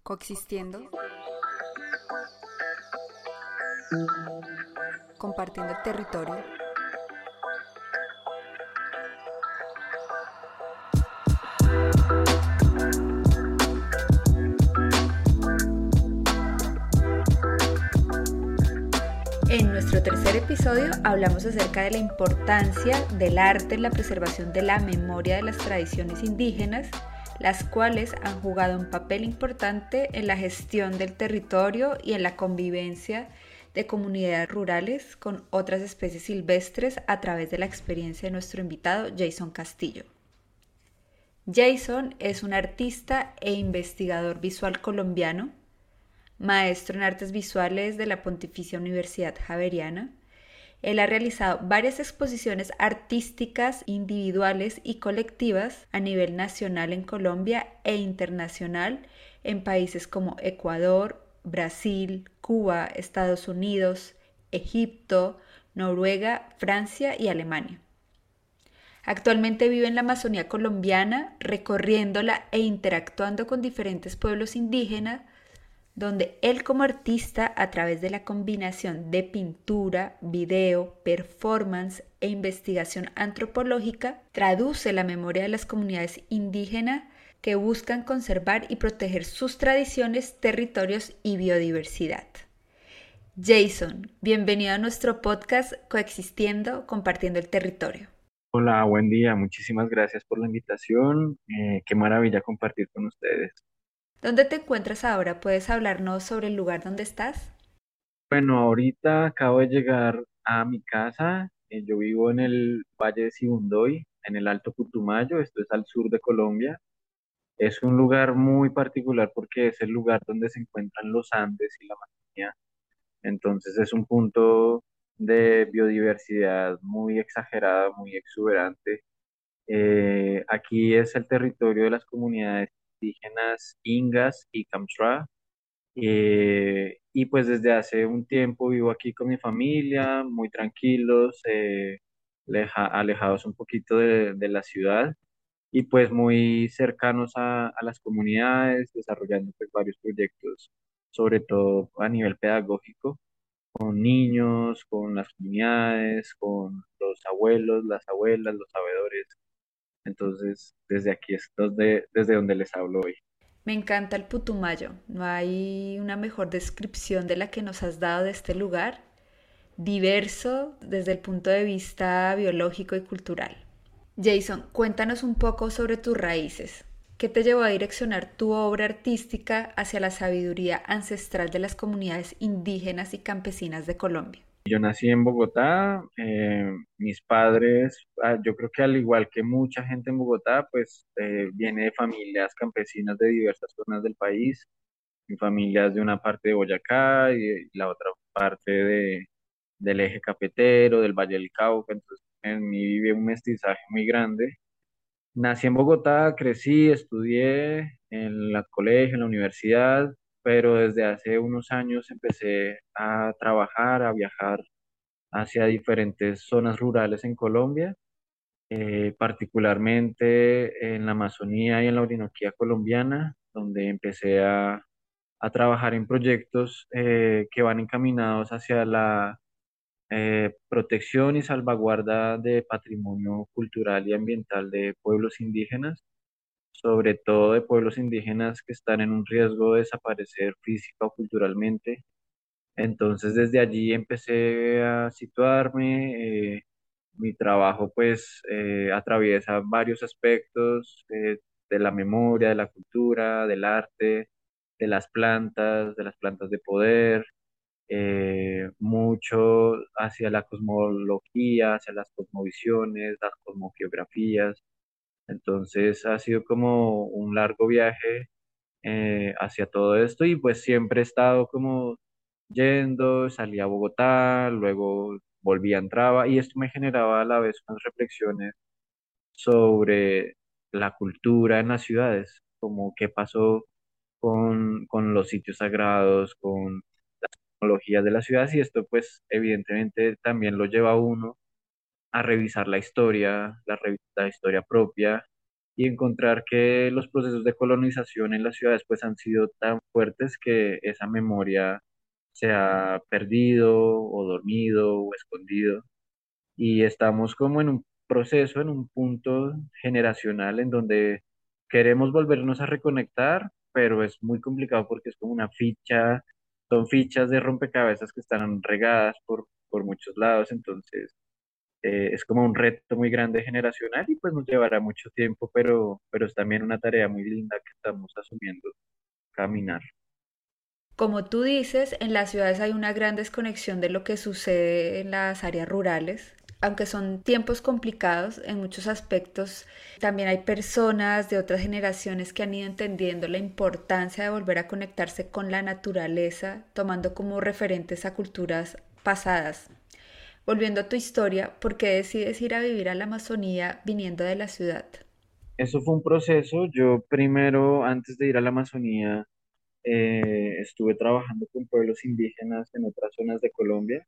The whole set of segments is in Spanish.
Coexistiendo, compartiendo el territorio. En nuestro tercer episodio hablamos acerca de la importancia del arte en la preservación de la memoria de las tradiciones indígenas, las cuales han jugado un papel importante en la gestión del territorio y en la convivencia de comunidades rurales con otras especies silvestres a través de la experiencia de nuestro invitado Jason Castillo. Jason es un artista e investigador visual colombiano, maestro en artes visuales de la Pontificia Universidad Javeriana. Él ha realizado varias exposiciones artísticas individuales y colectivas a nivel nacional en Colombia e internacional en países como Ecuador, Brasil, Cuba, Estados Unidos, Egipto, Noruega, Francia y Alemania. Actualmente vive en la Amazonía colombiana, recorriéndola e interactuando con diferentes pueblos indígenas, donde él como artista, a través de la combinación de pintura, video, performance e investigación antropológica, traduce la memoria de las comunidades indígenas que buscan conservar y proteger sus tradiciones, territorios y biodiversidad. Jason, bienvenido a nuestro podcast Coexistiendo, compartiendo el territorio. Hola, buen día. Muchísimas gracias por la invitación. Qué maravilla compartir con ustedes. ¿Dónde te encuentras ahora? ¿Puedes hablarnos sobre el lugar donde estás? Bueno, ahorita acabo de llegar a mi casa. Yo vivo en el Valle de Sibundoy, en el Alto Putumayo. Esto es al sur de Colombia. Es un lugar muy particular porque es el lugar donde se encuentran los Andes y la Amazonía. Entonces es un punto de biodiversidad muy exagerada, muy exuberante. Aquí es el territorio de las comunidades indígenas Ingas y Kamsra. Y pues desde hace un tiempo vivo aquí con mi familia, muy tranquilos, alejados un poquito de la ciudad y pues muy cercanos a las comunidades, desarrollando pues varios proyectos, sobre todo a nivel pedagógico, con niños, con las comunidades, con los abuelos, las abuelas, los sabedores. Entonces, desde aquí es desde donde les hablo hoy. Me encanta el Putumayo. No hay una mejor descripción de la que nos has dado de este lugar, diverso desde el punto de vista biológico y cultural. Jason, cuéntanos un poco sobre tus raíces. ¿Qué te llevó a direccionar tu obra artística hacia la sabiduría ancestral de las comunidades indígenas y campesinas de Colombia? Yo nací en Bogotá, mis padres, yo creo que al igual que mucha gente en Bogotá, pues viene de familias campesinas de diversas zonas del país. Mi familia es de una parte de Boyacá y la otra parte del eje cafetero, del Valle del Cauca, entonces en mí vive un mestizaje muy grande. Nací en Bogotá, crecí, estudié en el colegio, en la universidad, pero desde hace unos años empecé a trabajar, a viajar hacia diferentes zonas rurales en Colombia, particularmente en la Amazonía y en la Orinoquía colombiana, donde empecé a trabajar en proyectos que van encaminados hacia la protección y salvaguarda de patrimonio cultural y ambiental de pueblos indígenas, sobre todo de pueblos indígenas que están en un riesgo de desaparecer física o culturalmente. Entonces desde allí empecé a situarme. Mi trabajo pues atraviesa varios aspectos de la memoria, de la cultura, del arte, de las plantas de poder, mucho hacia la cosmología, hacia las cosmovisiones, las cosmogeografías. Entonces ha sido como un largo viaje hacia todo esto y pues siempre he estado como yendo, salía a Bogotá, luego volvía, entraba y esto me generaba a la vez unas reflexiones sobre la cultura en las ciudades, como qué pasó con los sitios sagrados, con las tecnologías de las ciudades y esto pues evidentemente también lo lleva a uno a revisar la historia, la historia propia y encontrar que los procesos de colonización en las ciudades pues han sido tan fuertes que esa memoria se ha perdido o dormido o escondido y estamos como en un proceso, en un punto generacional en donde queremos volvernos a reconectar, pero es muy complicado porque es como una ficha, son fichas de rompecabezas que están regadas por muchos lados, entonces es como un reto muy grande generacional y pues nos llevará mucho tiempo, pero es también una tarea muy linda que estamos asumiendo, caminar. Como tú dices, en las ciudades hay una gran desconexión de lo que sucede en las áreas rurales. Aunque son tiempos complicados en muchos aspectos, también hay personas de otras generaciones que han ido entendiendo la importancia de volver a conectarse con la naturaleza, tomando como referentes a culturas pasadas. Volviendo a tu historia, ¿por qué decides ir a vivir a la Amazonía viniendo de la ciudad? Eso fue un proceso. Yo primero, antes de ir a la Amazonía, estuve trabajando con pueblos indígenas en otras zonas de Colombia.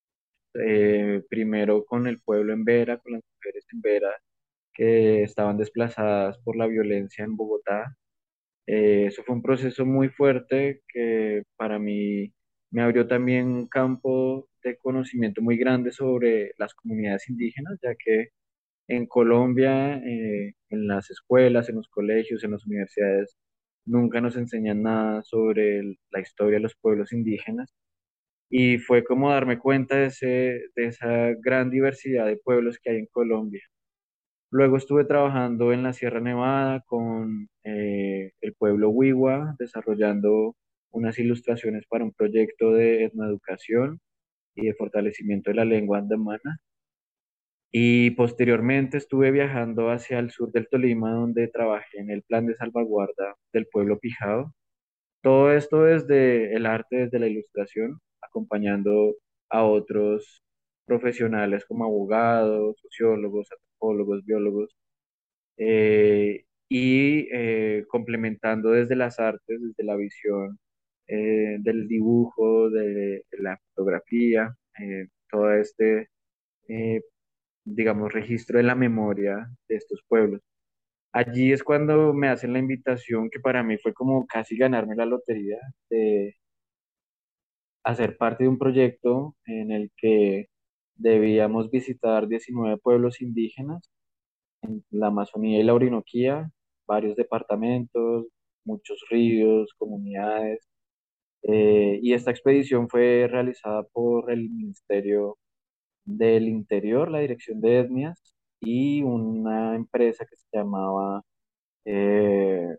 Primero con el pueblo en Vera, con las mujeres en Vera que estaban desplazadas por la violencia en Bogotá. Eso fue un proceso muy fuerte que para mí me abrió también un campo de conocimiento muy grande sobre las comunidades indígenas, ya que en Colombia, en las escuelas, en los colegios, en las universidades, nunca nos enseñan nada sobre la historia de los pueblos indígenas. Y fue como darme cuenta de esa gran diversidad de pueblos que hay en Colombia. Luego estuve trabajando en la Sierra Nevada con el pueblo Wiwa, desarrollando unas ilustraciones para un proyecto de etnoeducación y de fortalecimiento de la lengua andamana. Y posteriormente estuve viajando hacia el sur del Tolima, donde trabajé en el plan de salvaguarda del pueblo Pijao. Todo esto desde el arte, desde la ilustración, acompañando a otros profesionales como abogados, sociólogos, antropólogos, biólogos, complementando desde las artes, desde la visión del dibujo, de la fotografía, todo este, eh, digamos, registro de la memoria de estos pueblos. Allí es cuando me hacen la invitación que para mí fue como casi ganarme la lotería de hacer parte de un proyecto en el que debíamos visitar 19 pueblos indígenas en la Amazonía y la Orinoquía, varios departamentos, muchos ríos, comunidades. Y esta expedición fue realizada por el Ministerio del Interior, la Dirección de Etnias, y una empresa que se llamaba eh,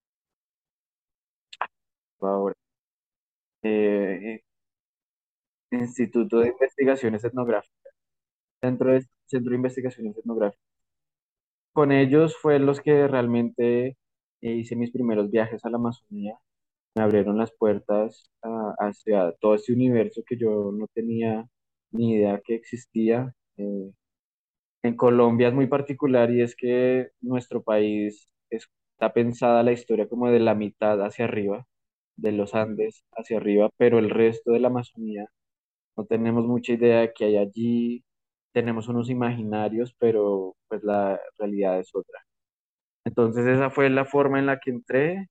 ahora, eh, Instituto de Investigaciones Etnográficas, Centro de Investigaciones Etnográficas. Con ellos fue los que realmente hice mis primeros viajes a la Amazonía. Me abrieron las puertas hacia todo este universo que yo no tenía ni idea que existía. En Colombia es muy particular y es que nuestro país está pensada la historia como de la mitad hacia arriba, de los Andes hacia arriba, pero el resto de la Amazonía no tenemos mucha idea de qué hay allí. Tenemos unos imaginarios, pero pues la realidad es otra. Entonces esa fue la forma en la que entré.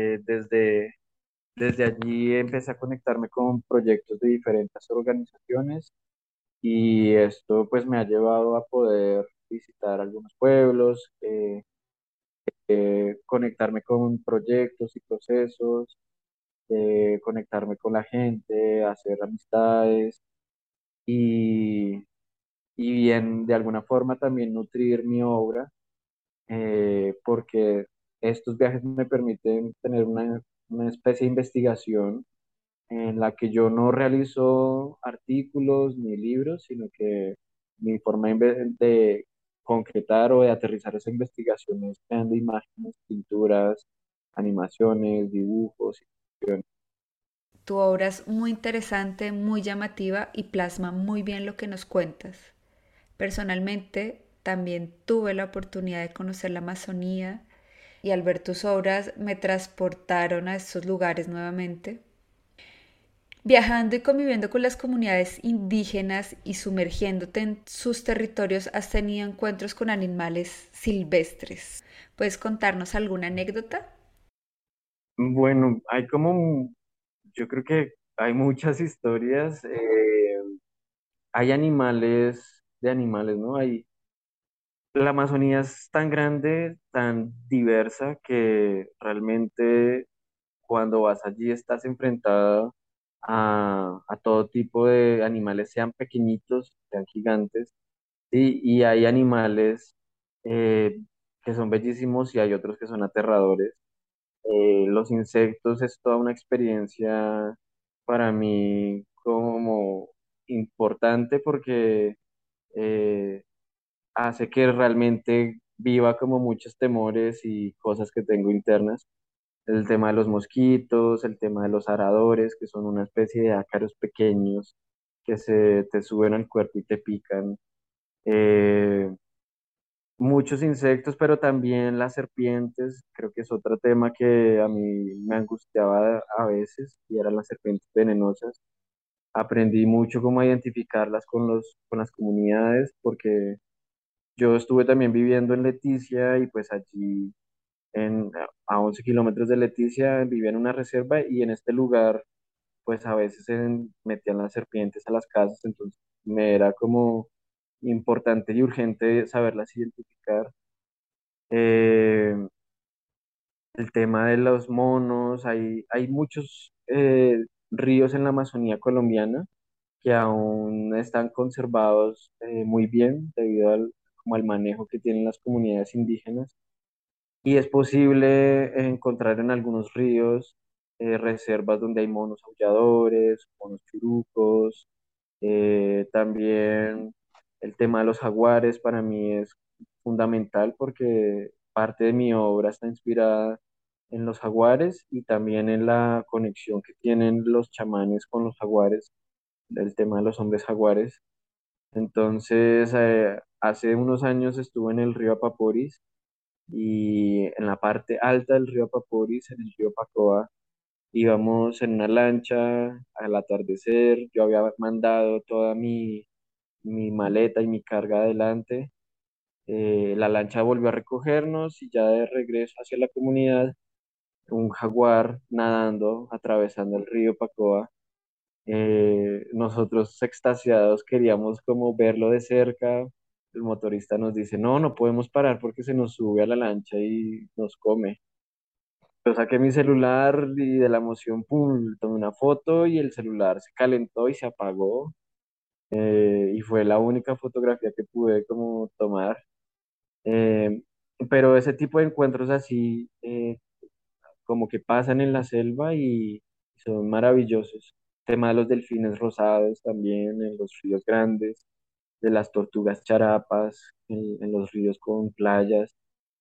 Desde allí empecé a conectarme con proyectos de diferentes organizaciones y esto pues me ha llevado a poder visitar algunos pueblos, conectarme con proyectos y procesos, conectarme con la gente, hacer amistades y, y bien, de alguna forma también nutrir mi obra, porque estos viajes me permiten tener una especie de investigación en la que yo no realizo artículos ni libros, sino que mi forma de concretar o de aterrizar esa investigación es creando imágenes, pinturas, animaciones, dibujos. Tu obra es muy interesante, muy llamativa y plasma muy bien lo que nos cuentas. Personalmente, también tuve la oportunidad de conocer la Amazonía y al ver tus obras me transportaron a estos lugares nuevamente. Viajando y conviviendo con las comunidades indígenas y sumergiéndote en sus territorios, has tenido encuentros con animales silvestres. ¿Puedes contarnos alguna anécdota? Bueno, yo creo que hay muchas historias. Hay animales de animales, ¿no? La Amazonía es tan grande, tan diversa, que realmente cuando vas allí estás enfrentado a todo tipo de animales, sean pequeñitos, sean gigantes, y hay animales eh, que son bellísimos y hay otros que son aterradores. Los insectos es toda una experiencia para mí como importante porque eh, hace que realmente viva como muchos temores y cosas que tengo internas. El tema de los mosquitos, el tema de los aradores, que son una especie de ácaros pequeños que se te suben al cuerpo y te pican. Eh, Muchos insectos, pero también las serpientes, creo que es otro tema que a mí me angustiaba a veces, y eran las serpientes venenosas. Aprendí mucho cómo identificarlas con las comunidades, porque yo estuve también viviendo en Leticia y pues allí a 11 kilómetros de Leticia vivía en una reserva y en este lugar pues a veces se metían las serpientes a las casas, entonces me era como importante y urgente saberlas identificar. Eh, el tema de los monos, hay muchos ríos en la Amazonía colombiana que aún están conservados muy bien debido como al manejo que tienen las comunidades indígenas. Y es posible encontrar en algunos ríos reservas donde hay monos aulladores, monos churucos. También el tema de los jaguares para mí es fundamental porque parte de mi obra está inspirada en los jaguares y también en la conexión que tienen los chamanes con los jaguares, el tema de los hombres jaguares. Entonces, hace unos años estuve en el río Apaporis y en la parte alta del río Apaporis, en el río Pacoa, íbamos en una lancha al atardecer. Yo había mandado toda mi maleta y mi carga adelante. La lancha volvió a recogernos y ya de regreso hacia la comunidad, un jaguar nadando, atravesando el río Pacoa. Nosotros extasiados queríamos como verlo de cerca. El motorista nos dice, no, no podemos parar porque se nos sube a la lancha y nos come. Yo saqué mi celular y de la emoción, pum, tomé una foto y el celular se calentó y se apagó. Y fue la única fotografía que pude como tomar. Eh, pero ese tipo de encuentros así, como que pasan en la selva y son maravillosos. El tema de los delfines rosados también en los ríos grandes, de las tortugas charapas en los ríos con playas.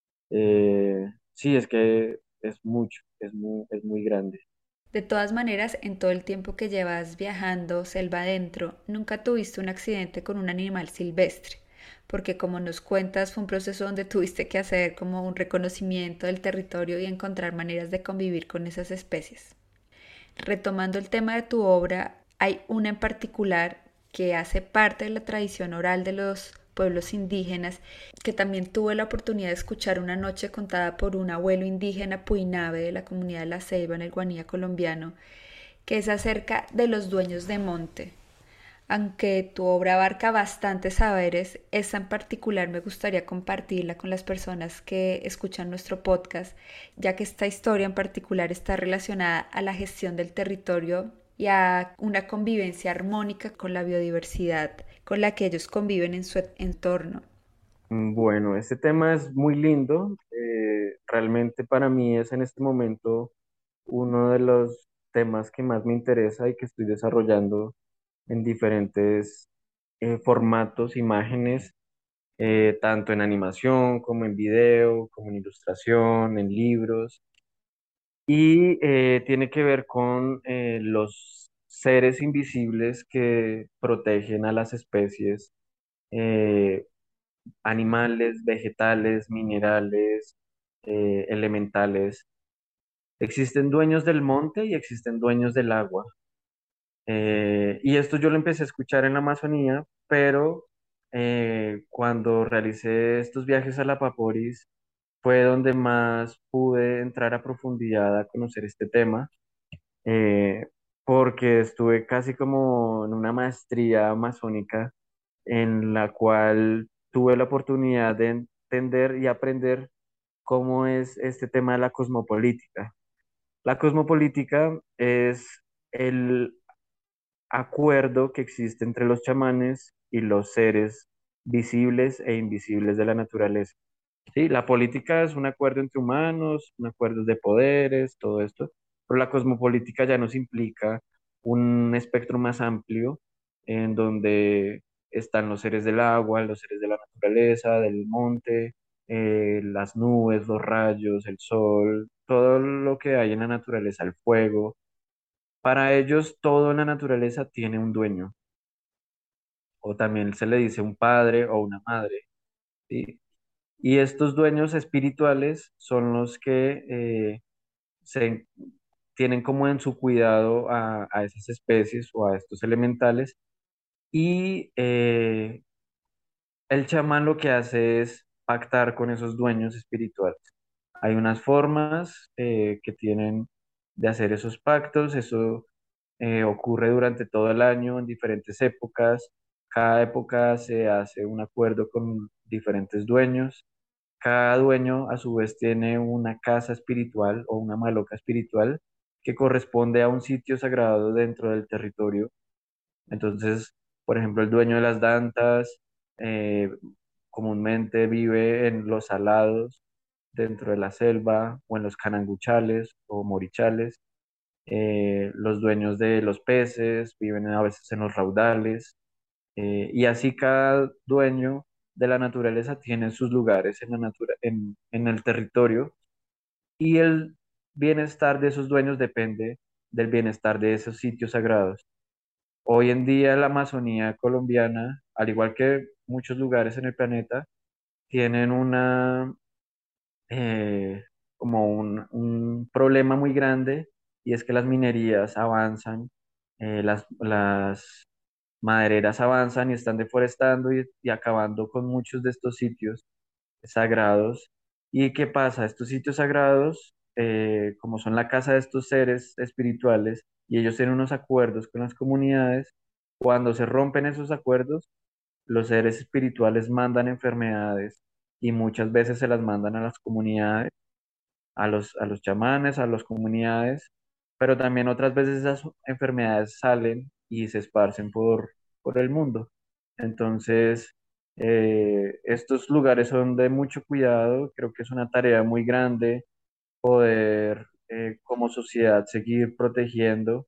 Sí, es que es mucho, es muy grande. De todas maneras, en todo el tiempo que llevas viajando selva adentro, nunca tuviste un accidente con un animal silvestre, porque como nos cuentas, fue un proceso donde tuviste que hacer como un reconocimiento del territorio y encontrar maneras de convivir con esas especies. Retomando el tema de tu obra, hay una en particular que hace parte de la tradición oral de los pueblos indígenas, que también tuve la oportunidad de escuchar una noche contada por un abuelo indígena puinabe de la comunidad de La Ceiba en el Guanía colombiano, que es acerca de los dueños de monte. Aunque tu obra abarca bastantes saberes, esta en particular me gustaría compartirla con las personas que escuchan nuestro podcast, ya que esta historia en particular está relacionada a la gestión del territorio y a una convivencia armónica con la biodiversidad con la que ellos conviven en su entorno. Bueno, este tema es muy lindo. Realmente para mí es en este momento uno de los temas que más me interesa y que estoy desarrollando en diferentes formatos, imágenes, tanto en animación como en video, como en ilustración, en libros. Y tiene que ver con los seres invisibles que protegen a las especies, eh, animales, vegetales, minerales, elementales. Existen dueños del monte y existen dueños del agua. Y esto yo lo empecé a escuchar en la Amazonía, pero cuando realicé estos viajes a la Paporis fue donde más pude entrar a profundidad a conocer este tema, eh, porque estuve casi como en una maestría amazónica en la cual tuve la oportunidad de entender y aprender cómo es este tema de la cosmopolítica. La cosmopolítica es el acuerdo que existe entre los chamanes y los seres visibles e invisibles de la naturaleza. Sí, la política es un acuerdo entre humanos, un acuerdo de poderes, todo esto, pero la cosmopolítica ya nos implica un espectro más amplio en donde están los seres del agua, los seres de la naturaleza, del monte, las nubes, los rayos, el sol, todo lo que hay en la naturaleza, el fuego. Para ellos todo en la naturaleza tiene un dueño, o también se le dice un padre o una madre, ¿sí? Y estos dueños espirituales son los que se tienen como en su cuidado a esas especies o a estos elementales. Y el chamán lo que hace es pactar con esos dueños espirituales. Hay unas formas que tienen de hacer esos pactos. Eso ocurre durante todo el año, en diferentes épocas. Cada época se hace un acuerdo con diferentes dueños. Cada dueño a su vez tiene una casa espiritual o una maloca espiritual que corresponde a un sitio sagrado dentro del territorio. Entonces, por ejemplo, el dueño de las dantas eh, comúnmente vive en los salados dentro de la selva o en los cananguchales o morichales. Los dueños de los peces viven a veces en los raudales. Y así cada dueño de la naturaleza tiene sus lugares en en el territorio, y el bienestar de esos dueños depende del bienestar de esos sitios sagrados. Hoy en día la Amazonía colombiana, al igual que muchos lugares en el planeta, tienen eh, un problema muy grande, y es que las minerías avanzan, las madereras avanzan y están deforestando y acabando con muchos de estos sitios sagrados. ¿Y qué pasa? Estos sitios sagrados, como son la casa de estos seres espirituales, y ellos tienen unos acuerdos con las comunidades, cuando se rompen esos acuerdos, los seres espirituales mandan enfermedades, y muchas veces se las mandan a las comunidades, a los chamanes, a las comunidades, pero también otras veces esas enfermedades salen y se esparcen por el mundo. Entonces, estos lugares son de mucho cuidado. Creo que es una tarea muy grande poder, como sociedad, seguir protegiendo,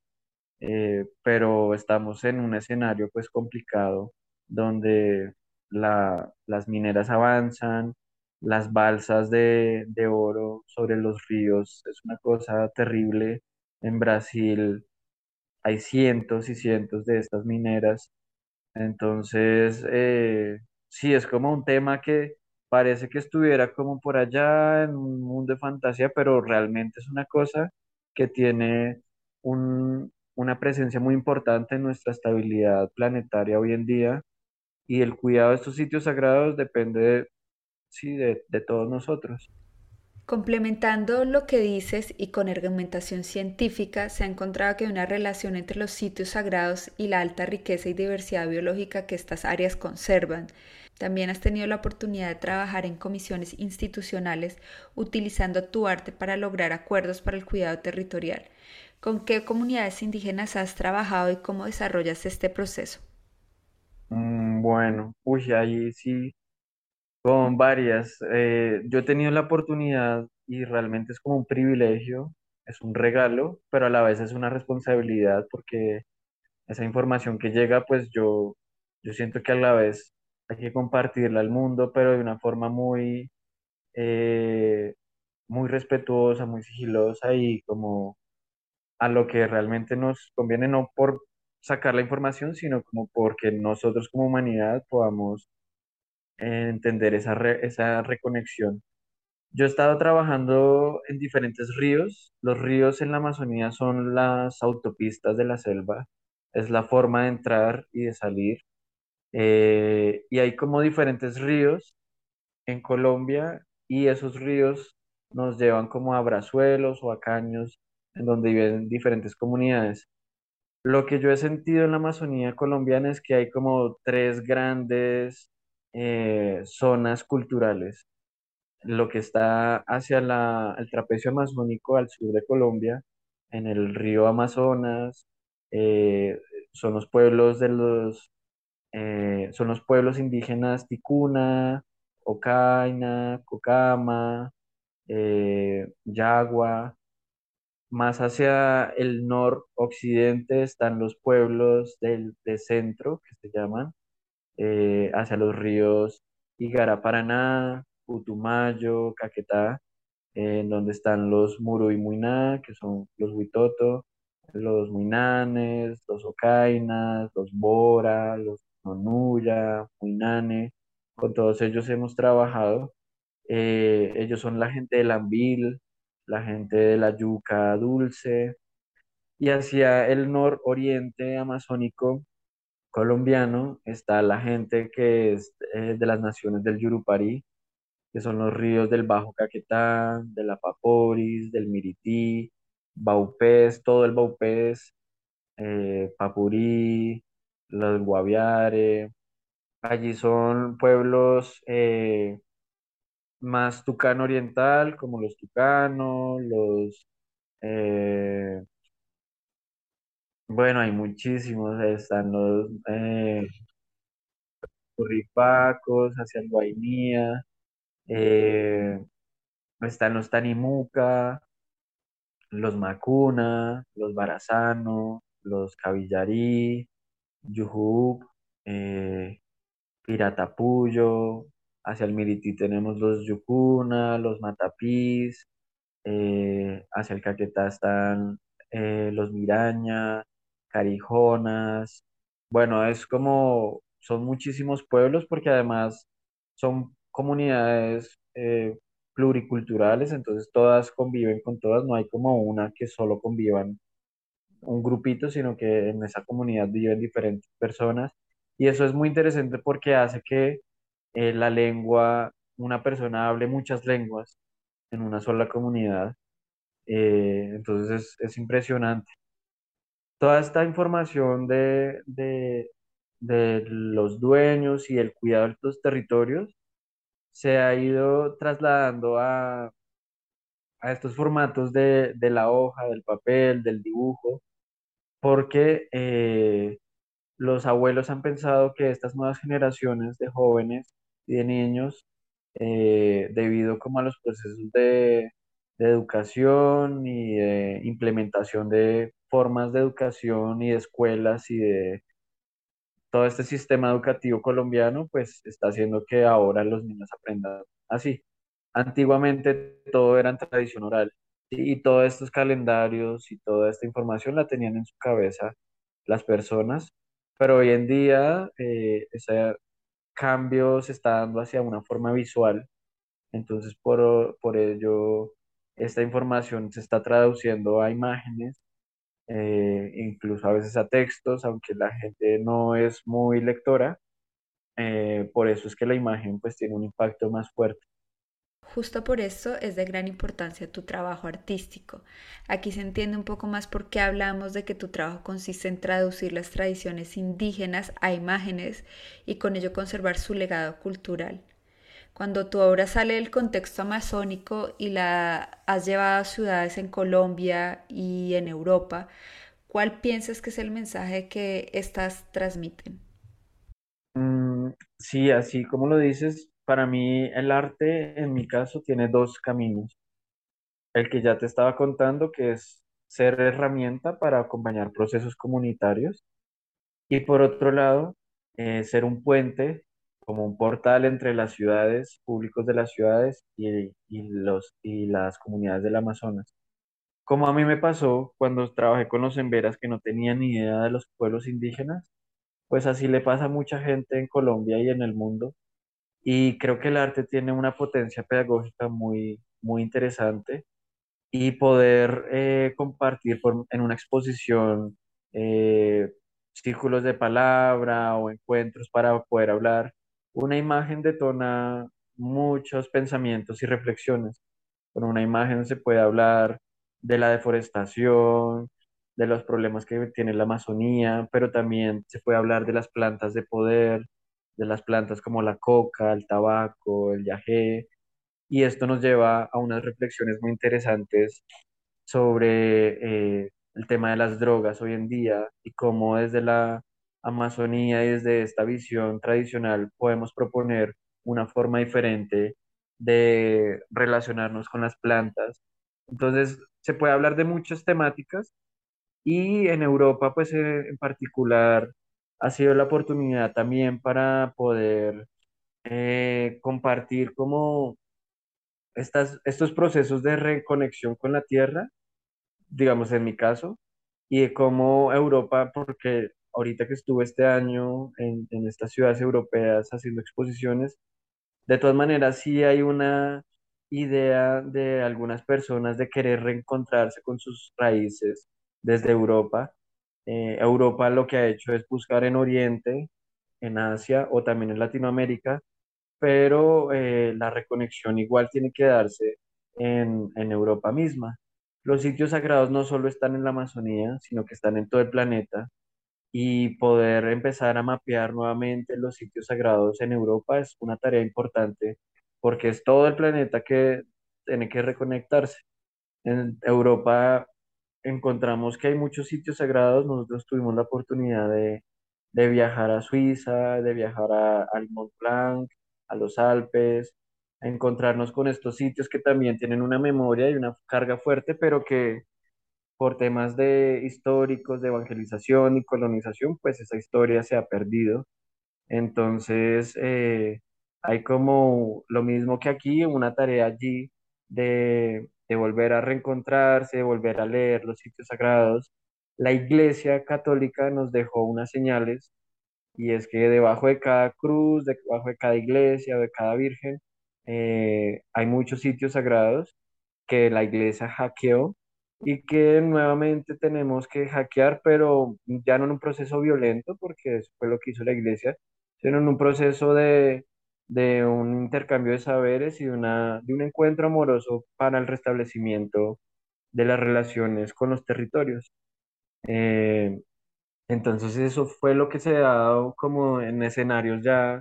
pero estamos en un escenario pues complicado, donde las mineras avanzan, las balsas de oro sobre los ríos es una cosa terrible. En Brasil hay cientos y cientos de estas mineras. Entonces, sí, es como un tema que parece que estuviera como por allá en un mundo de fantasía, pero realmente es una cosa que tiene una presencia muy importante en nuestra estabilidad planetaria hoy en día, y el cuidado de estos sitios sagrados depende, sí, de todos nosotros. Complementando lo que dices y con argumentación científica, se ha encontrado que hay una relación entre los sitios sagrados y la alta riqueza y diversidad biológica que estas áreas conservan. También has tenido la oportunidad de trabajar en comisiones institucionales utilizando tu arte para lograr acuerdos para el cuidado territorial. ¿Con qué comunidades indígenas has trabajado y cómo desarrollas este proceso? Bueno, uy, ahí sí. Con varias. Yo he tenido la oportunidad, y realmente es como un privilegio, es un regalo, pero a la vez es una responsabilidad, porque esa información que llega, pues yo siento que a la vez hay que compartirla al mundo, pero de una forma eh, muy respetuosa, muy sigilosa, y como a lo que realmente nos conviene, no por sacar la información, sino como porque nosotros como humanidad podamos entender esa reconexión. Yo he estado trabajando en diferentes ríos. Los ríos en la Amazonía son las autopistas de la selva. es la forma de entrar y de salir. Y hay como diferentes ríos en Colombia y esos ríos nos llevan como a brazuelos o a caños en donde viven diferentes comunidades. Lo que yo he sentido en la Amazonía colombiana es que hay como tres grandes zonas culturales. Lo que está hacia el trapecio amazónico al sur de Colombia, en el río Amazonas, eh, son los pueblos son los pueblos indígenas Ticuna, Ocaina, Cocama, Yagua. Más hacia el noroccidente están los pueblos de centro, que se llaman, hacia los ríos Igará-Paraná, Putumayo, Caquetá, en donde están los Muru y Muiná, que son los Huitoto, los Muinanes, los Ocainas, los Bora, los Nonuya, Muinane. Con todos ellos hemos trabajado. Ellos son la gente del Ambil, la gente de la yuca dulce, y hacia el nororiente amazónico colombiano está la gente que es de las naciones del Yurupari, que son los ríos del Bajo Caquetá, del Apaporis, del Mirití, Baupés, todo el Baupés, Papurí, los Guaviare. Allí son pueblos más tucano oriental, como los tucanos, eh, bueno, hay muchísimos, están los curripacos hacia el Guainía, eh, están los Tanimuca, los Macuna, los Barazano, los Cavillarí, Yujub, eh, Piratapuyo, hacia el Mirití tenemos los Yucuna, los Matapís, hacia el Caquetá están los Miraña, Carijonas. Bueno, es como, son muchísimos pueblos porque además son comunidades pluriculturales, entonces todas conviven con todas, no hay como una que solo convivan un grupito, sino que en esa comunidad viven diferentes personas. Y eso es muy interesante porque hace que la lengua, una persona hable muchas lenguas en una sola comunidad. Entonces es impresionante. Toda esta información de los dueños y el cuidado de estos territorios se ha ido trasladando a estos formatos de la hoja, del papel, del dibujo, porque los abuelos han pensado que estas nuevas generaciones de jóvenes y de niños, debido como a los procesos de educación y de implementación de formas de educación y de escuelas y de todo este sistema educativo colombiano, pues está haciendo que ahora los niños aprendan así. Antiguamente todo era en tradición oral, ¿sí? Y todos estos calendarios y toda esta información la tenían en su cabeza las personas, pero hoy en día ese cambio se está dando hacia una forma visual, entonces por ello esta información se está traduciendo a imágenes, incluso a veces a textos, aunque la gente no es muy lectora, por eso es que la imagen pues tiene un impacto más fuerte. Justo por eso es de gran importancia tu trabajo artístico. Aquí se entiende un poco más por qué hablamos de que tu trabajo consiste en traducir las tradiciones indígenas a imágenes y con ello conservar su legado cultural. Cuando tu obra sale del contexto amazónico y la has llevado a ciudades en Colombia y en Europa, ¿cuál piensas que es el mensaje que estas transmiten? Sí, así como lo dices, para mí el arte, en mi caso, tiene dos caminos. El que ya te estaba contando, que es ser herramienta para acompañar procesos comunitarios. Y por otro lado, ser un puente, como un portal entre las ciudades, públicos de las ciudades y las comunidades del Amazonas. Como a mí me pasó cuando trabajé con los emberas que no tenían ni idea de los pueblos indígenas, pues así le pasa a mucha gente en Colombia y en el mundo. Y creo que el arte tiene una potencia pedagógica muy, muy interesante y poder compartir en una exposición. círculos de palabra o encuentros para poder hablar. Una imagen detona muchos pensamientos y reflexiones. Con una imagen se puede hablar de la deforestación, de los problemas que tiene la Amazonía, pero también se puede hablar de las plantas de poder, de las plantas como la coca, el tabaco, el yagé, y esto nos lleva a unas reflexiones muy interesantes sobre el tema de las drogas hoy en día y cómo desde la Amazonía y desde esta visión tradicional podemos proponer una forma diferente de relacionarnos con las plantas. Entonces, se puede hablar de muchas temáticas y en Europa, pues en particular, ha sido la oportunidad también para poder compartir como estos procesos de reconexión con la tierra, digamos en mi caso, y de cómo Europa, porque ahorita que estuve este año en estas ciudades europeas haciendo exposiciones, de todas maneras sí hay una idea de algunas personas de querer reencontrarse con sus raíces desde Europa. Europa lo que ha hecho es buscar en Oriente, en Asia o también en Latinoamérica, pero la reconexión igual tiene que darse en Europa misma. Los sitios sagrados no solo están en la Amazonía, sino que están en todo el planeta y poder empezar a mapear nuevamente los sitios sagrados en Europa es una tarea importante porque es todo el planeta que tiene que reconectarse. En Europa encontramos que hay muchos sitios sagrados. Nosotros tuvimos la oportunidad de viajar a Suiza, de viajar al Mont Blanc, a los Alpes, a encontrarnos con estos sitios que también tienen una memoria y una carga fuerte, pero que por temas de históricos, de evangelización y colonización, pues esa historia se ha perdido. Entonces, hay como lo mismo que aquí, una tarea allí de volver a reencontrarse, de volver a leer los sitios sagrados. La Iglesia Católica nos dejó unas señales y es que debajo de cada cruz, debajo de cada iglesia, de cada virgen, hay muchos sitios sagrados que la iglesia hackeó y que nuevamente tenemos que hackear, pero ya no en un proceso violento, porque eso fue lo que hizo la iglesia, sino en un proceso de un intercambio de saberes y de un encuentro amoroso para el restablecimiento de las relaciones con los territorios. Eh, entonces eso fue lo que se ha dado como en escenarios ya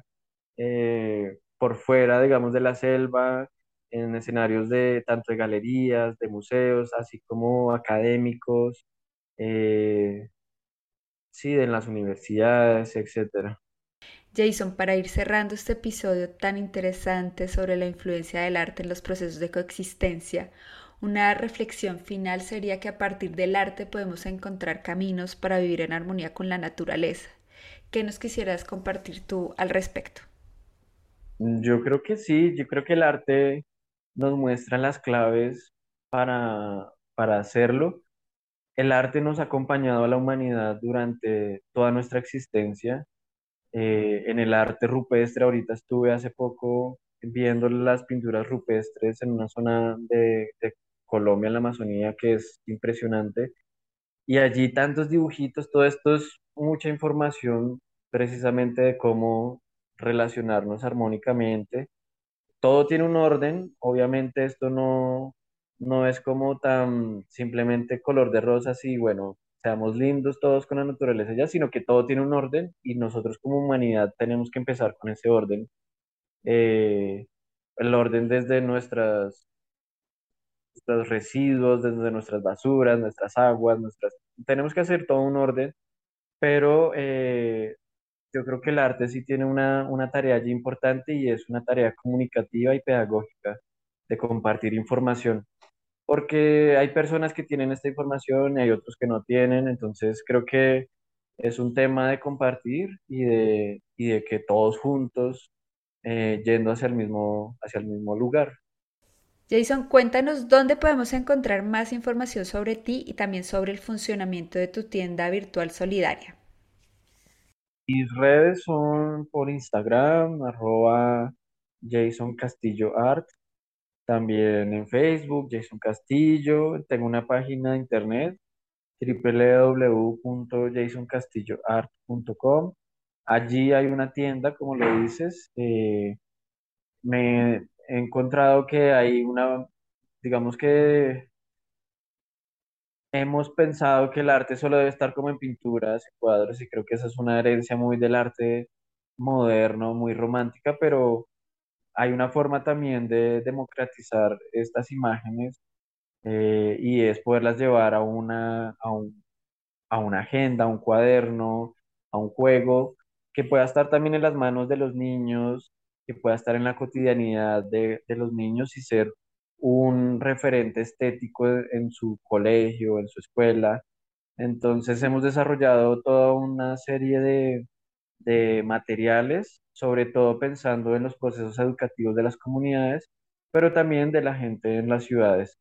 por fuera, digamos, de la selva, en escenarios de tanto de galerías, de museos, así como académicos, eh, sí, de las universidades, etcétera. Jason, para ir cerrando este episodio tan interesante sobre la influencia del arte en los procesos de coexistencia, una reflexión final sería que a partir del arte podemos encontrar caminos para vivir en armonía con la naturaleza. ¿Qué nos quisieras compartir tú al respecto? Yo creo que sí, yo creo que el arte nos muestra las claves para hacerlo. El arte nos ha acompañado a la humanidad durante toda nuestra existencia. En el arte rupestre, ahorita estuve hace poco viendo las pinturas rupestres en una zona de Colombia, en la Amazonía, que es impresionante. Y allí tantos dibujitos, todo esto es mucha información precisamente de cómo relacionarnos armónicamente. Todo tiene un orden, obviamente esto no es como tan simplemente color de rosas y bueno, seamos lindos todos con la naturaleza ya, sino que todo tiene un orden y nosotros como humanidad tenemos que empezar con ese orden. Eh, el orden desde nuestros residuos, desde nuestras basuras, nuestras aguas, tenemos que hacer todo un orden, pero yo creo que el arte sí tiene una tarea allí importante y es una tarea comunicativa y pedagógica de compartir información, porque hay personas que tienen esta información y hay otros que no tienen, entonces creo que es un tema de compartir y de que todos juntos yendo hacia el mismo lugar. Jason, cuéntanos dónde podemos encontrar más información sobre ti y también sobre el funcionamiento de tu tienda virtual solidaria. Mis redes son por Instagram, @Jason Castillo Art. También en Facebook, Jason Castillo. Tengo una página de internet www.jasoncastilloart.com. Allí hay una tienda, como lo dices. Me he encontrado que hay digamos que hemos pensado que el arte solo debe estar como en pinturas y cuadros, y creo que esa es una herencia muy del arte moderno, muy romántica, pero hay una forma también de democratizar estas imágenes, y es poderlas llevar a una agenda, a un cuaderno, a un juego, que pueda estar también en las manos de los niños, que pueda estar en la cotidianidad de los niños y ser un referente estético en su colegio, en su escuela. Entonces hemos desarrollado toda una serie de materiales, sobre todo pensando en los procesos educativos de las comunidades, pero también de la gente en las ciudades.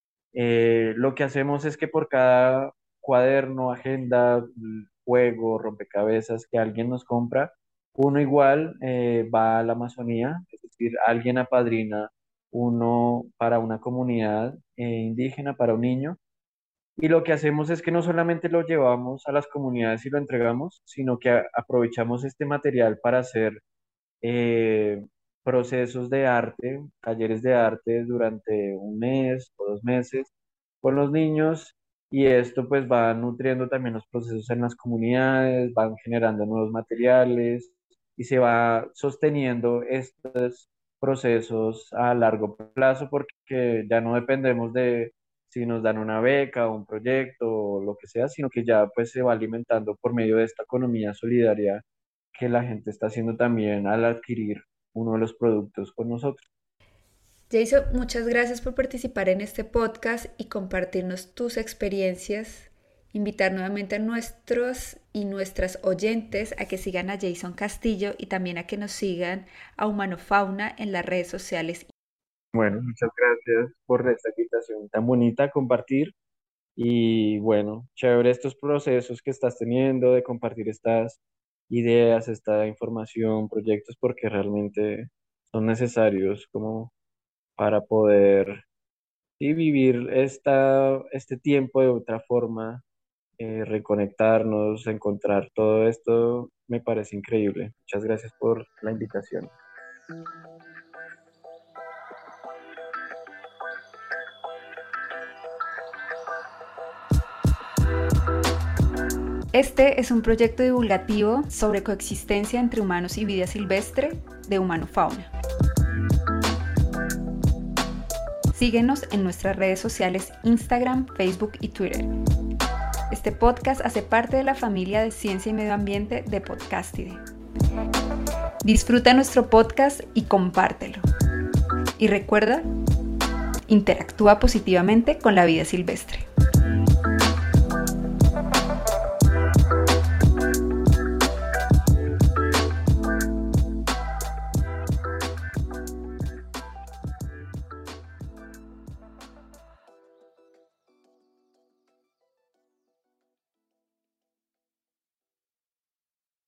Lo que hacemos es que por cada cuaderno, agenda, juego, rompecabezas que alguien nos compra, uno igual va a la Amazonía, es decir, alguien apadrina uno para una comunidad indígena, para un niño. Y lo que hacemos es que no solamente lo llevamos a las comunidades y lo entregamos, sino que aprovechamos este material para hacer eh, procesos de arte, talleres de arte durante un mes o 2 meses con los niños, y esto pues va nutriendo también los procesos en las comunidades, van generando nuevos materiales y se va sosteniendo estos procesos a largo plazo, porque ya no dependemos de si nos dan una beca o un proyecto o lo que sea, sino que ya pues se va alimentando por medio de esta economía solidaria que la gente está haciendo también al adquirir uno de los productos con nosotros. Jason, muchas gracias por participar en este podcast y compartirnos tus experiencias. Invitar nuevamente a nuestros y nuestras oyentes a que sigan a Jason Castillo y también a que nos sigan a Humano Fauna en las redes sociales. Bueno, muchas gracias por esta invitación tan bonita a compartir, y bueno, chévere estos procesos que estás teniendo de compartir estas ideas, esta información, proyectos, porque realmente son necesarios como para poder vivir este tiempo de otra forma, reconectarnos, encontrar todo esto, me parece increíble. Muchas gracias por la invitación. Este es un proyecto divulgativo sobre coexistencia entre humanos y vida silvestre de Humano Fauna. Síguenos en nuestras redes sociales Instagram, Facebook y Twitter. Este podcast hace parte de la familia de Ciencia y Medio Ambiente de Podcastide. Disfruta nuestro podcast y compártelo. Y recuerda, interactúa positivamente con la vida silvestre.